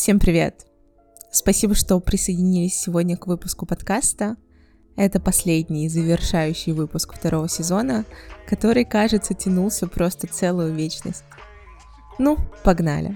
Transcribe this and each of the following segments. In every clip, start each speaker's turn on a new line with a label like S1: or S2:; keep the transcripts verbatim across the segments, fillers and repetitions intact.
S1: Всем привет! Спасибо, что присоединились сегодня к выпуску подкаста. Это последний завершающий выпуск второго сезона, который, кажется, тянулся просто целую вечность. Ну, погнали!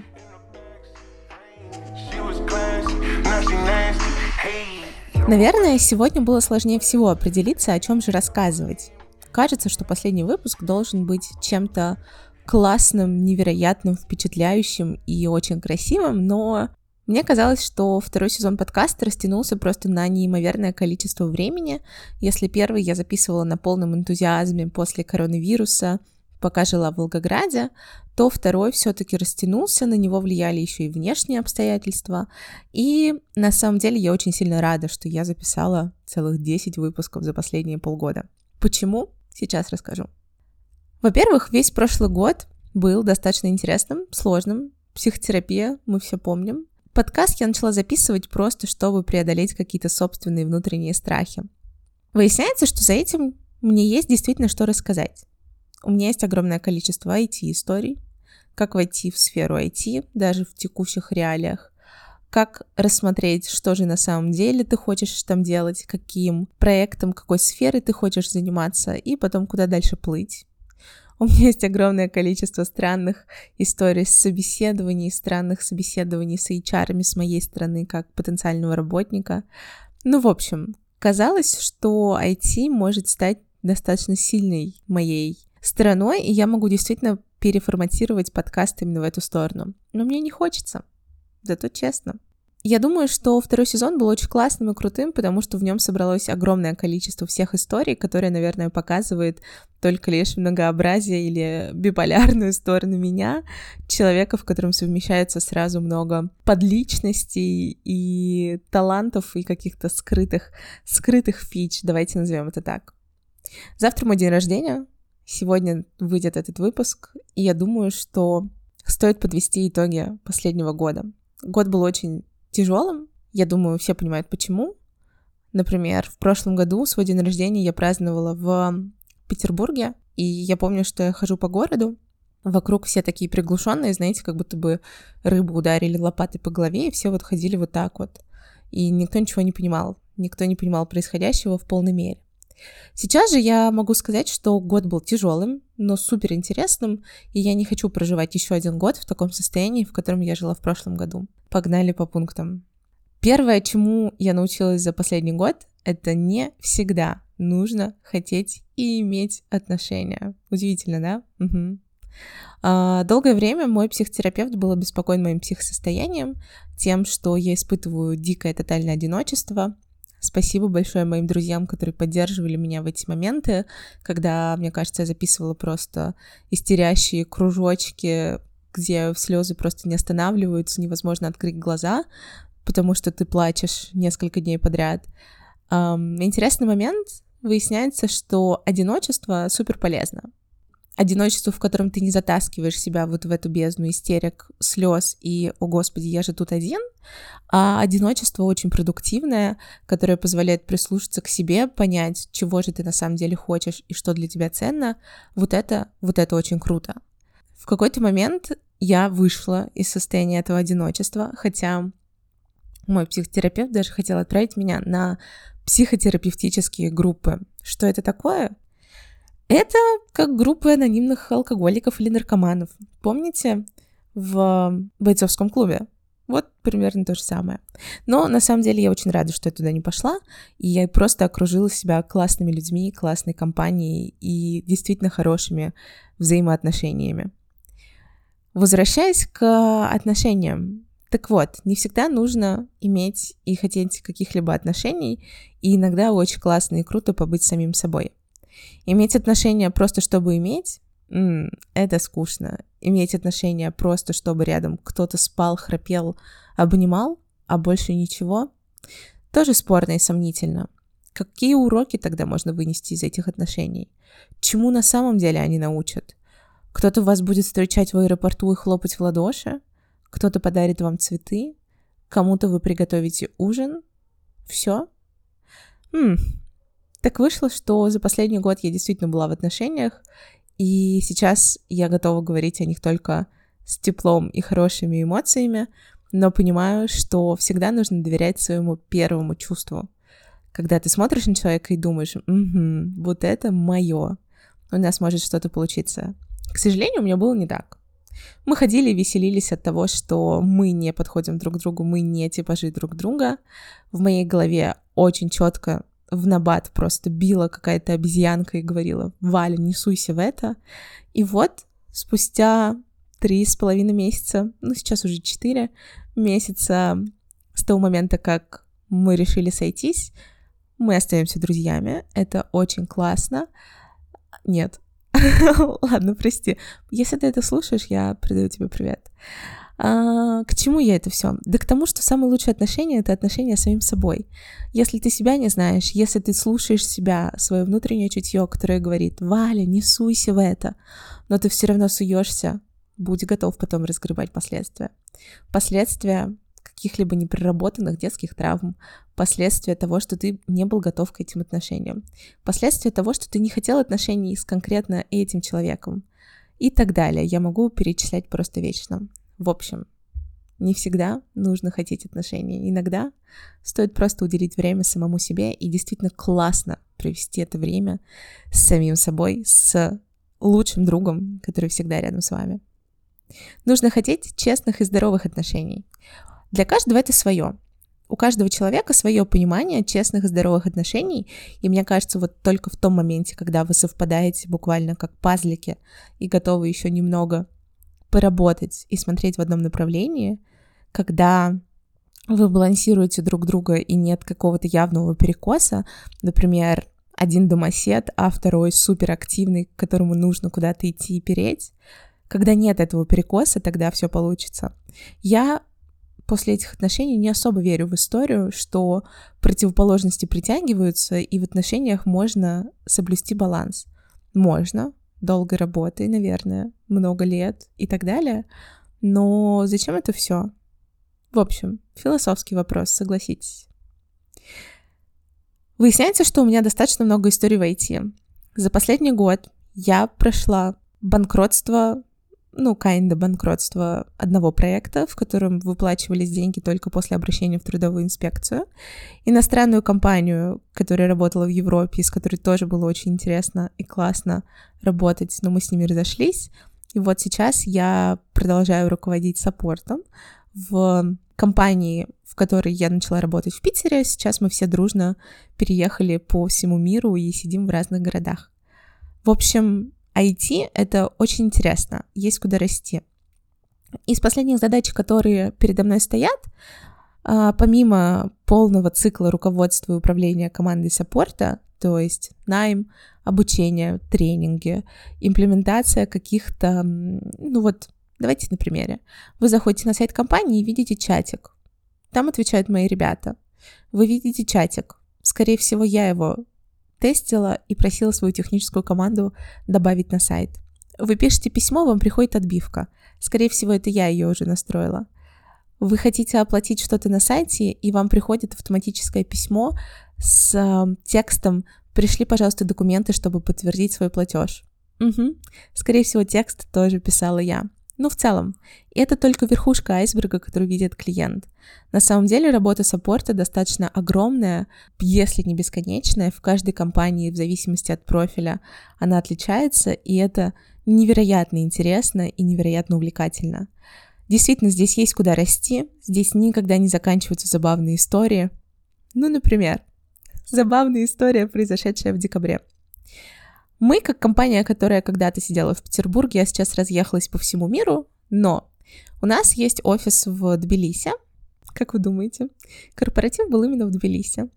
S1: Наверное, сегодня было сложнее всего определиться, о чем же рассказывать. Кажется, что последний выпуск должен быть чем-то классным, невероятным, впечатляющим и очень красивым, но мне казалось, что второй сезон подкаста растянулся просто на неимоверное количество времени. Если первый я записывала на полном энтузиазме после коронавируса, пока жила в Волгограде, то второй все-таки растянулся, на него влияли еще и внешние обстоятельства. И на самом деле я очень сильно рада, что я записала целых десять выпусков за последние полгода. Почему? Сейчас расскажу. Во-первых, весь прошлый год был достаточно интересным, сложным. Психотерапия, мы все помним. Подкаст я начала записывать просто, чтобы преодолеть какие-то собственные внутренние страхи. Выясняется, что за этим мне есть действительно что рассказать. У меня есть огромное количество ай ти-историй, как войти в сферу ай ти, даже в текущих реалиях, как рассмотреть, что же на самом деле ты хочешь там делать, каким проектом, какой сферой ты хочешь заниматься, и потом куда дальше плыть. У меня есть огромное количество странных историй с собеседований, странных собеседований с эйч ар-ами с моей стороны, как потенциального работника. Ну, в общем, казалось, что ай ти может стать достаточно сильной моей стороной, и я могу действительно переформатировать подкаст именно в эту сторону. Но мне не хочется, зато честно. Я думаю, что второй сезон был очень классным и крутым, потому что в нем собралось огромное количество всех историй, которые, наверное, показывают только лишь многообразие или биполярную сторону меня, человека, в котором совмещается сразу много подличностей и талантов, и каких-то скрытых, скрытых фич, давайте назовем это так. Завтра мой день рождения, сегодня выйдет этот выпуск, и я думаю, что стоит подвести итоги последнего года. Год был очень тяжелым. Я думаю, все понимают, почему. Например, в прошлом году свой день рождения я праздновала в Петербурге, и я помню, что я хожу по городу, вокруг все такие приглушенные, знаете, как будто бы рыбу ударили лопатой по голове, и все вот ходили вот так вот. И никто ничего не понимал, никто не понимал происходящего в полной мере. Сейчас же я могу сказать, что год был тяжелым, но супер интересным, и я не хочу проживать еще один год в таком состоянии, в котором я жила в прошлом году. Погнали по пунктам. Первое, чему я научилась за последний год, это не всегда нужно хотеть и иметь отношения. Удивительно, да? Угу. А, долгое время мой психотерапевт был обеспокоен моим психосостоянием, тем, что я испытываю дикое тотальное одиночество. Спасибо большое моим друзьям, которые поддерживали меня в эти моменты, когда, мне кажется, я записывала просто истерящие кружочки, где слезы просто не останавливаются, невозможно открыть глаза, потому что ты плачешь несколько дней подряд. Эм, интересный момент. Выясняется, что одиночество супер полезно. Одиночество, в котором ты не затаскиваешь себя вот в эту бездну истерик, слез и «О, Господи, я же тут один», а одиночество очень продуктивное, которое позволяет прислушаться к себе, понять, чего же ты на самом деле хочешь и что для тебя ценно. Вот это, вот это очень круто. В какой-то момент я вышла из состояния этого одиночества, хотя мой психотерапевт даже хотел отправить меня на психотерапевтические группы. Что это такое? Это как группы анонимных алкоголиков или наркоманов. Помните, в бойцовском клубе? Вот примерно то же самое. Но на самом деле я очень рада, что я туда не пошла, и я просто окружила себя классными людьми, классной компанией и действительно хорошими взаимоотношениями. Возвращаясь к отношениям. Так вот, не всегда нужно иметь и хотеть каких-либо отношений, и иногда очень классно и круто побыть самим собой. Иметь отношения просто чтобы иметь, м- это скучно. Иметь отношения просто чтобы рядом кто-то спал, храпел, обнимал, а больше ничего, тоже спорно и сомнительно. Какие уроки тогда можно вынести из этих отношений? Чему на самом деле они научат? Кто-то вас будет встречать в аэропорту и хлопать в ладоши, кто-то подарит вам цветы, кому-то вы приготовите ужин. Все? М- Так вышло, что за последний год я действительно была в отношениях, и сейчас я готова говорить о них только с теплом и хорошими эмоциями, но понимаю, что всегда нужно доверять своему первому чувству. Когда ты смотришь на человека и думаешь, угу, вот это мое, у нас может что-то получиться. К сожалению, у меня было не так. Мы ходили и веселились от того, что мы не подходим друг к другу, мы не типажи друг друга. В моей голове очень четко в набат просто била какая-то обезьянка и говорила: «Валя, не суйся в это». И вот спустя три с половиной месяца, ну сейчас уже четыре месяца с того момента, как мы решили сойтись, мы остаемся друзьями. Это очень классно. Нет. Ладно, прости. Если ты это слушаешь, я передаю тебе привет. А, к чему я это все? Да к тому, что самые лучшие отношения — это отношения с самим собой. Если ты себя не знаешь, если ты слушаешь себя, свое внутреннее чутье, которое говорит: «Валя, не суйся в это», но ты все равно суешься, будь готов потом разгребать последствия. Последствия каких-либо непроработанных детских травм, последствия того, что ты не был готов к этим отношениям, последствия того, что ты не хотел отношений с конкретно этим человеком и так далее. Я могу перечислять просто вечно. В общем, не всегда нужно хотеть отношений. Иногда стоит просто уделить время самому себе и действительно классно провести это время с самим собой, с лучшим другом, который всегда рядом с вами. Нужно хотеть честных и здоровых отношений. Для каждого это свое. У каждого человека свое понимание честных и здоровых отношений, и мне кажется, вот только в том моменте, когда вы совпадаете буквально как пазлики и готовы еще немного поработать и смотреть в одном направлении, когда вы балансируете друг друга и нет какого-то явного перекоса, например, один домосед, а второй суперактивный, к которому нужно куда-то идти и переть, когда нет этого перекоса, тогда все получится. Я после этих отношений не особо верю в историю, что противоположности притягиваются, и в отношениях можно соблюсти баланс. Можно, долгой работой, наверное, много лет и так далее, но зачем это все? В общем, философский вопрос, согласитесь. Выясняется, что у меня достаточно много историй в ай ти. За последний год я прошла банкротство, ну, kinda банкротство одного проекта, в котором выплачивались деньги только после обращения в трудовую инспекцию, иностранную компанию, которая работала в Европе, с которой тоже было очень интересно и классно работать, но мы с ними разошлись. И вот сейчас я продолжаю руководить саппортом в компании, в которой я начала работать в Питере. Сейчас мы все дружно переехали по всему миру и сидим в разных городах. В общем, ай ти — это очень интересно, есть куда расти. Из последних задач, которые передо мной стоят, помимо полного цикла руководства и управления командой саппорта, то есть найм, обучение, тренинги, имплементация каких-то, ну вот, давайте на примере. Вы заходите на сайт компании и видите чатик. Там отвечают мои ребята. Вы видите чатик. Скорее всего, я его тестила и просила свою техническую команду добавить на сайт. Вы пишете письмо, вам приходит отбивка. Скорее всего, это я ее уже настроила. Вы хотите оплатить что-то на сайте, и вам приходит автоматическое письмо с текстом: «Пришли, пожалуйста, документы, чтобы подтвердить свой платеж». Угу. Скорее всего, текст тоже писала я. Ну, в целом, это только верхушка айсберга, который видит клиент. На самом деле работа саппорта достаточно огромная, если не бесконечная. В каждой компании, в зависимости от профиля, она отличается, и это невероятно интересно и невероятно увлекательно. Действительно, здесь есть куда расти, здесь никогда не заканчиваются забавные истории. Ну, например, забавная история, произошедшая в декабре. Мы, как компания, которая когда-то сидела в Петербурге, а сейчас разъехалась по всему миру, но у нас есть офис в Тбилиси. Как вы думаете? Корпоратив был именно в Тбилиси.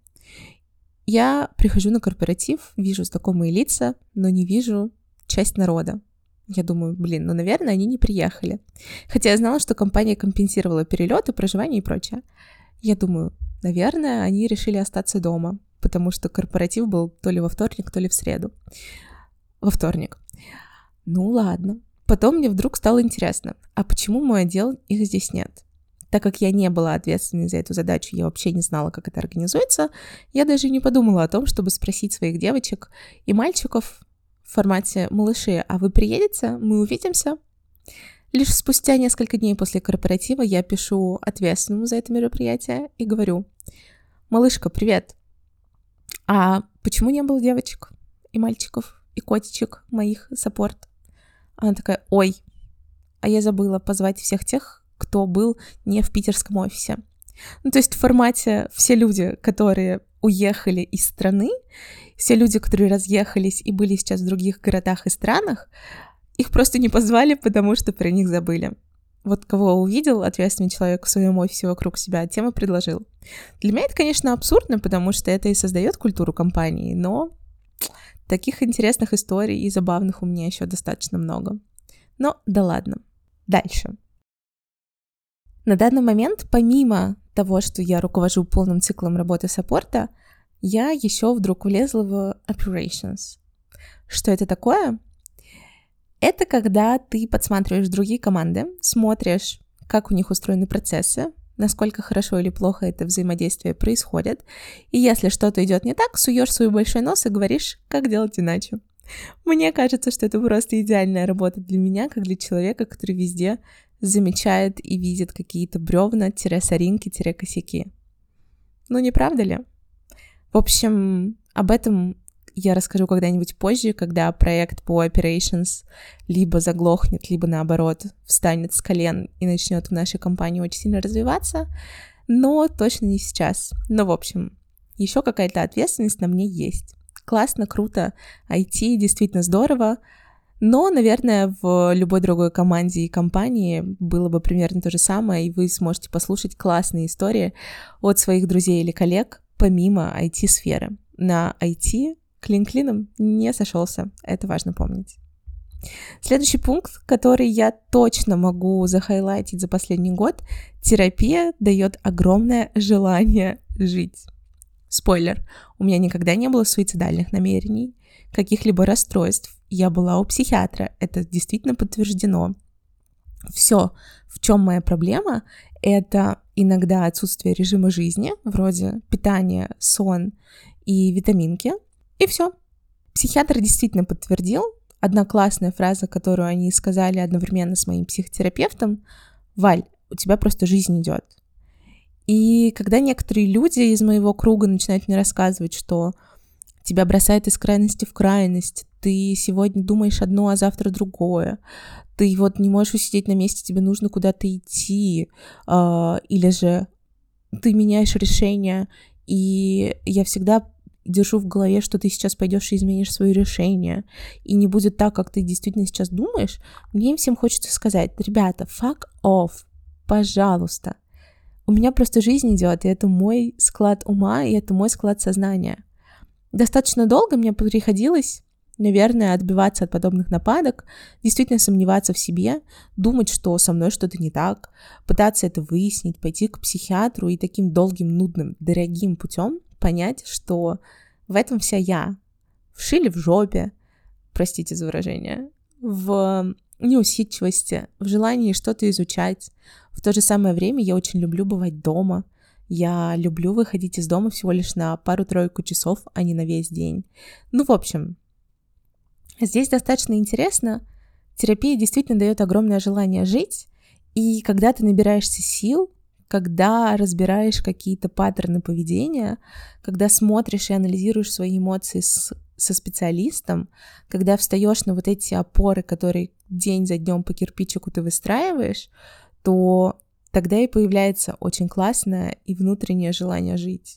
S1: Я прихожу на корпоратив, вижу знакомые лица, но не вижу часть народа. Я думаю, блин, ну, наверное, они не приехали. Хотя я знала, что компания компенсировала перелеты, проживание и прочее. Я думаю, наверное, они решили остаться дома, потому что корпоратив был то ли во вторник, то ли в среду. Во вторник. Ну ладно. Потом мне вдруг стало интересно, а почему мой отдел их здесь нет? Так как я не была ответственной за эту задачу, я вообще не знала, как это организуется, я даже не подумала о том, чтобы спросить своих девочек и мальчиков в формате: малыши, а вы приедете? Мы увидимся? Лишь спустя несколько дней после корпоратива я пишу ответственному за это мероприятие и говорю: «Малышка, привет. А почему не было девочек и мальчиков и котичек моих саппорт?» Она такая: «Ой, а я забыла позвать всех тех, кто был не в питерском офисе». Ну, то есть в формате все люди, которые уехали из страны, все люди, которые разъехались и были сейчас в других городах и странах, их просто не позвали, потому что про них забыли. Вот кого увидел ответственный человек в своем офисе вокруг себя, тем и предложил. Для меня это, конечно, абсурдно, потому что это и создает культуру компании, но таких интересных историй и забавных у меня еще достаточно много. Но да ладно. Дальше. На данный момент, помимо того, что я руковожу полным циклом работы саппорта, я еще вдруг влезла в operations. Что это такое? Это когда ты подсматриваешь другие команды, смотришь, как у них устроены процессы, насколько хорошо или плохо это взаимодействие происходит, и если что-то идет не так, суешь свой большой нос и говоришь, как делать иначе. Мне кажется, что это просто идеальная работа для меня, как для человека, который везде замечает и видит какие-то бревна-соринки-косяки. Ну, не правда ли? В общем, об этом я расскажу когда-нибудь позже, когда проект по operations либо заглохнет, либо наоборот встанет с колен и начнет в нашей компании очень сильно развиваться, но точно не сейчас. Но, в общем, еще какая-то ответственность на мне есть. Классно, круто, ай ти действительно здорово, но, наверное, в любой другой команде и компании было бы примерно то же самое, и вы сможете послушать классные истории от своих друзей или коллег помимо ай ти-сферы. На ай ти клин клином не сошелся, это важно помнить. Следующий пункт, который я точно могу захайлайтить за последний год: терапия дает огромное желание жить. Спойлер, у меня никогда не было суицидальных намерений, каких-либо расстройств. Я была у психиатра, это действительно подтверждено. Все, в чем моя проблема, это иногда отсутствие режима жизни, вроде питания, сон и витаминки, и все. Психиатр действительно подтвердил. Одна классная фраза, которую они сказали одновременно с моим психотерапевтом: «Валь, у тебя просто жизнь идет». И когда некоторые люди из моего круга начинают мне рассказывать, что тебя бросает из крайности в крайность, ты сегодня думаешь одно, а завтра другое, ты вот не можешь усидеть на месте, тебе нужно куда-то идти, или же ты меняешь решение, и я всегда держу в голове, что ты сейчас пойдешь и изменишь свое решение, и не будет так, как ты действительно сейчас думаешь, мне им всем хочется сказать: ребята, fuck off, пожалуйста. У меня просто жизнь идет, и это мой склад ума, и это мой склад сознания. Достаточно долго мне приходилось, наверное, отбиваться от подобных нападок, действительно сомневаться в себе, думать, что со мной что-то не так, пытаться это выяснить, пойти к психиатру и таким долгим, нудным, дорогим путем понять, что в этом вся я. В шиле в жопе, простите за выражение, в неусидчивости, в желании что-то изучать. В то же самое время я очень люблю бывать дома. Я люблю выходить из дома всего лишь на пару-тройку часов, а не на весь день. Ну, в общем, здесь достаточно интересно. Терапия действительно дает огромное желание жить, и когда ты набираешься сил, когда разбираешь какие-то паттерны поведения, когда смотришь и анализируешь свои эмоции с, со специалистом, когда встаешь на вот эти опоры, которые день за днем по кирпичику ты выстраиваешь, то тогда и появляется очень классное и внутреннее желание жить.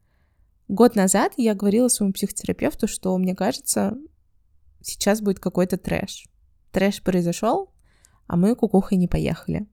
S1: Год назад я говорила своему психотерапевту, что, мне кажется, сейчас будет какой-то трэш. Трэш произошел, а мы кукухой не поехали.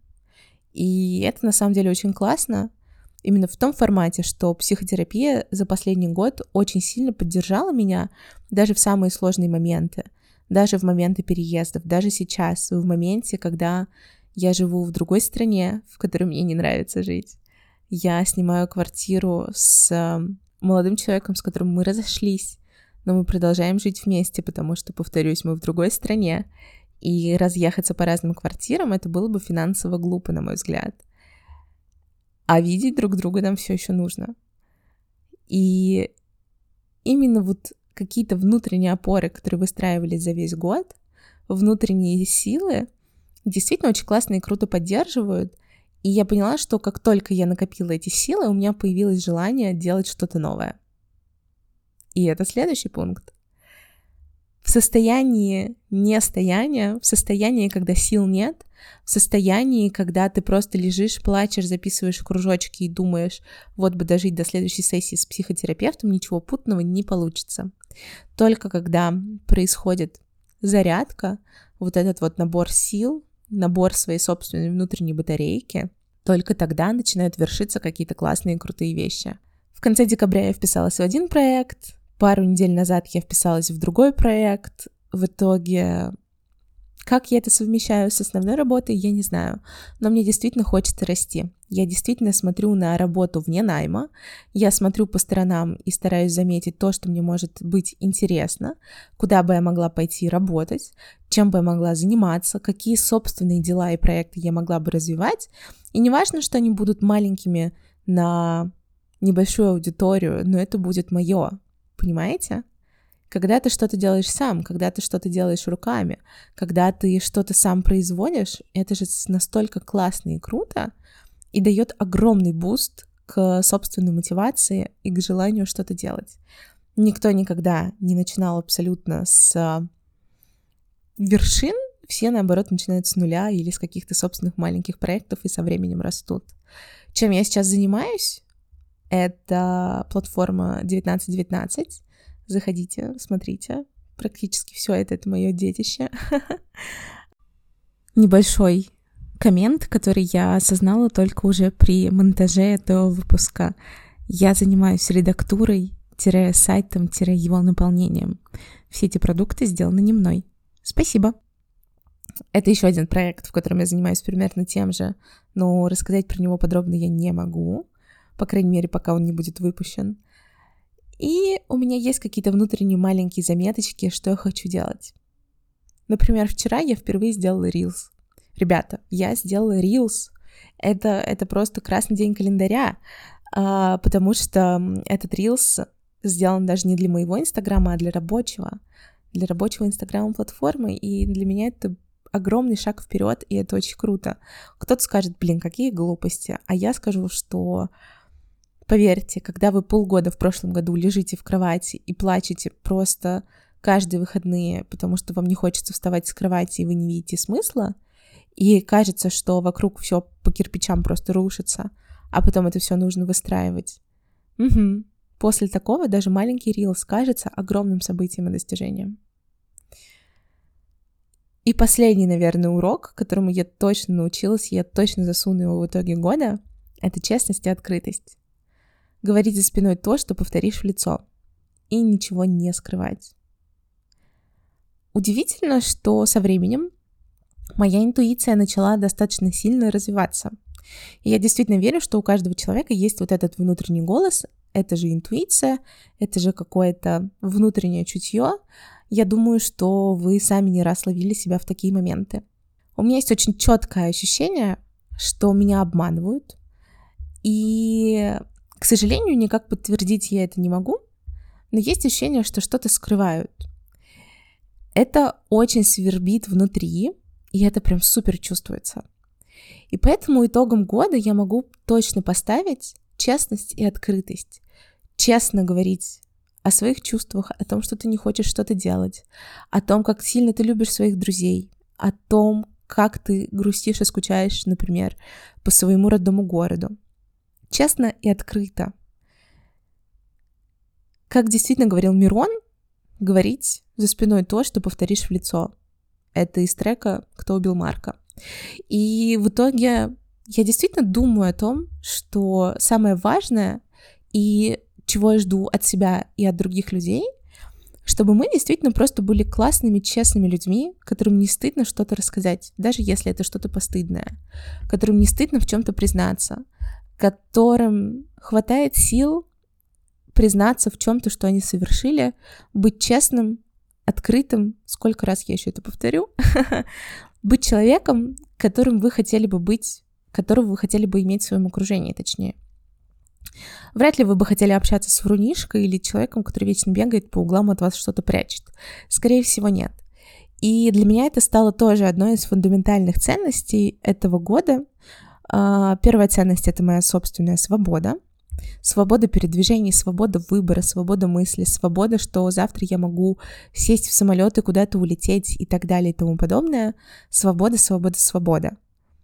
S1: И это на самом деле очень классно, именно в том формате, что психотерапия за последний год очень сильно поддержала меня даже в самые сложные моменты, даже в моменты переездов, даже сейчас, в моменте, когда я живу в другой стране, в которой мне не нравится жить. Я снимаю квартиру с молодым человеком, с которым мы разошлись, но мы продолжаем жить вместе, потому что, повторюсь, мы в другой стране, и разъехаться по разным квартирам — это было бы финансово глупо, на мой взгляд. А видеть друг друга нам все еще нужно. И именно вот какие-то внутренние опоры, которые выстраивались за весь год, внутренние силы, действительно очень классно и круто поддерживают. И я поняла, что как только я накопила эти силы, у меня появилось желание делать что-то новое. И это следующий пункт. В состоянии нестояния, в состоянии, когда сил нет, в состоянии, когда ты просто лежишь, плачешь, записываешь кружочки и думаешь, вот бы дожить до следующей сессии с психотерапевтом, ничего путного не получится. Только когда происходит зарядка, вот этот вот набор сил, набор своей собственной внутренней батарейки, только тогда начинают вершиться какие-то классные и крутые вещи. В конце декабря я вписалась в один проект, пару недель назад я вписалась в другой проект. В итоге, как я это совмещаю с основной работой, я не знаю. Но мне действительно хочется расти. Я действительно смотрю на работу вне найма. Я смотрю по сторонам и стараюсь заметить то, что мне может быть интересно, куда бы я могла пойти работать, чем бы я могла заниматься, какие собственные дела и проекты я могла бы развивать. И не важно, что они будут маленькими на небольшую аудиторию, но это будет мое. Понимаете? Когда ты что-то делаешь сам, когда ты что-то делаешь руками, когда ты что-то сам производишь, это же настолько классно и круто и дает огромный буст к собственной мотивации и к желанию что-то делать. Никто никогда не начинал абсолютно с вершин, все, наоборот, начинают с нуля или с каких-то собственных маленьких проектов и со временем растут. Чем я сейчас занимаюсь? Это платформа девятнадцать девятнадцать. Заходите, смотрите. Практически все это, это мое детище. Небольшой коммент, который я осознала только уже при монтаже этого выпуска. Я занимаюсь редактурой-сайтом-его наполнением. Все эти продукты сделаны не мной. Спасибо. Это еще один проект, в котором я занимаюсь примерно тем же, но рассказать про него подробно я не могу. По крайней мере, пока он не будет выпущен. И у меня есть какие-то внутренние маленькие заметочки, что я хочу делать. Например, вчера я впервые сделала Reels. Ребята, я сделала Reels. Это, это просто красный день календаря, а, потому что этот Reels сделан даже не для моего Инстаграма, а для рабочего. Для рабочего Инстаграма-платформы. И для меня это огромный шаг вперед, и это очень круто. Кто-то скажет, блин, какие глупости. А я скажу, что... Поверьте, когда вы полгода в прошлом году лежите в кровати и плачете просто каждые выходные, потому что вам не хочется вставать с кровати, и вы не видите смысла, и кажется, что вокруг все по кирпичам просто рушится, а потом это все нужно выстраивать. Угу. После такого даже маленький рилс кажется огромным событием и достижением. И последний, наверное, урок, которому я точно научилась, и я точно засуну его в итоге года, это честность и открытость. Говорить за спиной то, что повторишь в лицо, и ничего не скрывать. Удивительно, что со временем моя интуиция начала достаточно сильно развиваться. И я действительно верю, что у каждого человека есть вот этот внутренний голос, это же интуиция, это же какое-то внутреннее чутье. Я думаю, что вы сами не раз ловили себя в такие моменты. У меня есть очень четкое ощущение, что меня обманывают, и... К сожалению, никак подтвердить я это не могу, но есть ощущение, что что-то скрывают. Это очень свербит внутри, и это прям супер чувствуется. И поэтому итогом года я могу точно поставить честность и открытость. Честно говорить о своих чувствах, о том, что ты не хочешь что-то делать, о том, как сильно ты любишь своих друзей, о том, как ты грустишь и скучаешь, например, по своему родному городу. Честно и открыто. Как действительно говорил Мирон, говорить за спиной то, что повторишь в лицо. Это из трека «Кто убил Марка». И в итоге я действительно думаю о том, что самое важное и чего я жду от себя и от других людей, чтобы мы действительно просто были классными, честными людьми, которым не стыдно что-то рассказать, даже если это что-то постыдное, которым не стыдно в чем-то признаться, которым хватает сил признаться в чем-то, что они совершили, быть честным, открытым, сколько раз я еще это повторю, быть человеком, которым вы хотели бы быть, которого вы хотели бы иметь в своем окружении, точнее. Вряд ли вы бы хотели общаться с врунишкой или человеком, который вечно бегает по углам от вас что-то прячет. Скорее всего, нет. И для меня это стало тоже одной из фундаментальных ценностей этого года. Первая ценность — это моя собственная свобода. Свобода передвижения, свобода выбора, свобода мысли, свобода, что завтра я могу сесть в самолет и куда-то улететь и так далее и тому подобное. Свобода, свобода, свобода.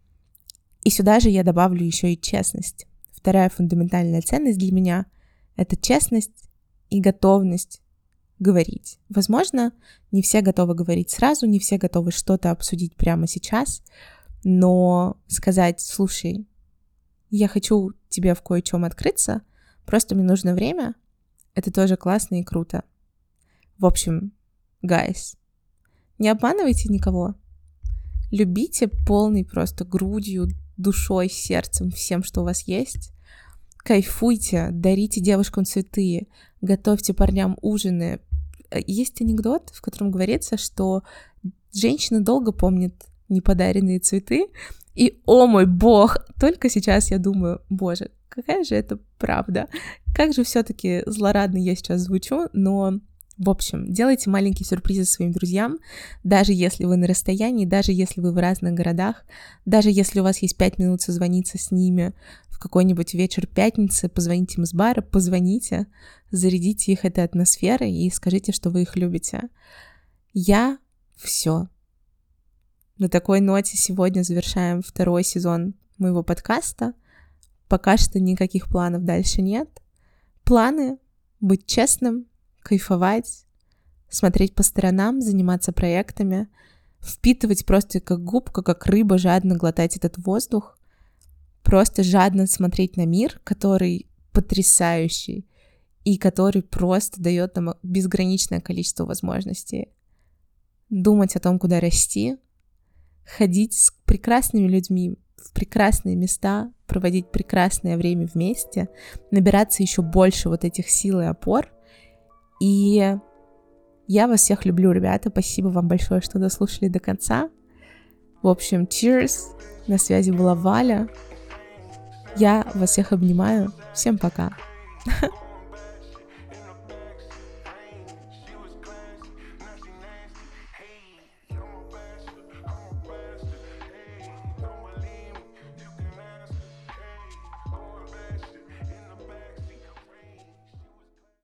S1: И сюда же я добавлю еще и честность. Вторая фундаментальная ценность для меня — это честность и готовность говорить. Возможно, не все готовы говорить сразу, не все готовы что-то обсудить прямо сейчас, но сказать: слушай, я хочу тебе в кое-чем открыться, просто мне нужно время, это тоже классно и круто. В общем, guys, не обманывайте никого. Любите полной просто грудью, душой, сердцем, всем, что у вас есть. Кайфуйте, дарите девушкам цветы, готовьте парням ужины. Есть анекдот, в котором говорится, что женщина долго помнит неподаренные цветы, и, о мой бог, только сейчас я думаю: боже, какая же это правда, как же все-таки злорадно я сейчас звучу, но, в общем, делайте маленькие сюрпризы своим друзьям, даже если вы на расстоянии, даже если вы в разных городах, даже если у вас есть пять минут созвониться с ними в какой-нибудь вечер пятницы, позвоните им с бара, позвоните, зарядите их этой атмосферой и скажите, что вы их любите. Я все. На такой ноте сегодня завершаем второй сезон моего подкаста. Пока что никаких планов дальше нет. Планы — быть честным, кайфовать, смотреть по сторонам, заниматься проектами, впитывать просто как губка, как рыба, жадно глотать этот воздух, просто жадно смотреть на мир, который потрясающий и который просто дает нам безграничное количество возможностей. Думать о том, куда расти, ходить с прекрасными людьми в прекрасные места, проводить прекрасное время вместе, набираться еще больше вот этих сил и опор. И я вас всех люблю, ребята. Спасибо вам большое, что дослушали до конца. В общем, cheers. На связи была Валя. Я вас всех обнимаю. Всем пока.